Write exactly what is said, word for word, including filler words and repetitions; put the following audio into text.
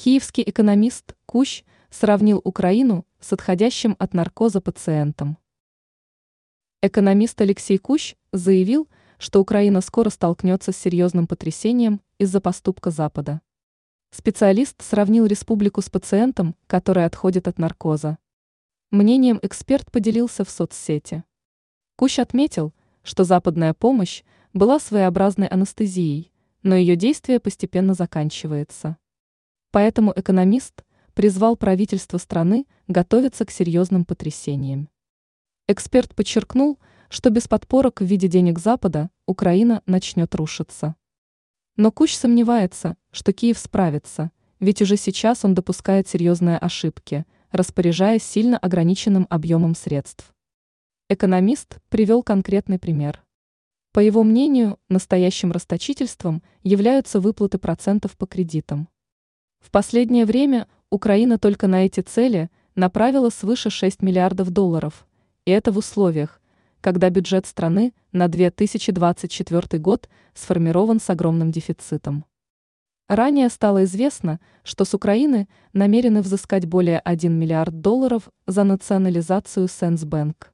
Киевский экономист Кущ сравнил Украину с отходящим от наркоза пациентом. Экономист Алексей Кущ заявил, что Украина скоро столкнется с серьезным потрясением из-за поступка Запада. Специалист сравнил республику с пациентом, который отходит от наркоза. Мнением эксперт поделился в соцсети. Кущ отметил, что западная помощь была своеобразной анестезией, но ее действие постепенно заканчивается. Поэтому экономист призвал правительство страны готовиться к серьезным потрясениям. Эксперт подчеркнул, что без подпорок в виде денег Запада Украина начнет рушиться. Но Кущ сомневается, что Киев справится, ведь уже сейчас он допускает серьезные ошибки, распоряжаясь сильно ограниченным объемом средств. Экономист привел конкретный пример. По его мнению, настоящим расточительством являются выплаты процентов по кредитам. В последнее время Украина только на эти цели направила свыше шести миллиардов долларов, и это в условиях, когда бюджет страны на две тысячи двадцать четвёртый год сформирован с огромным дефицитом. Ранее стало известно, что с Украины намерены взыскать более один миллиард долларов за национализацию Сенсбэнк.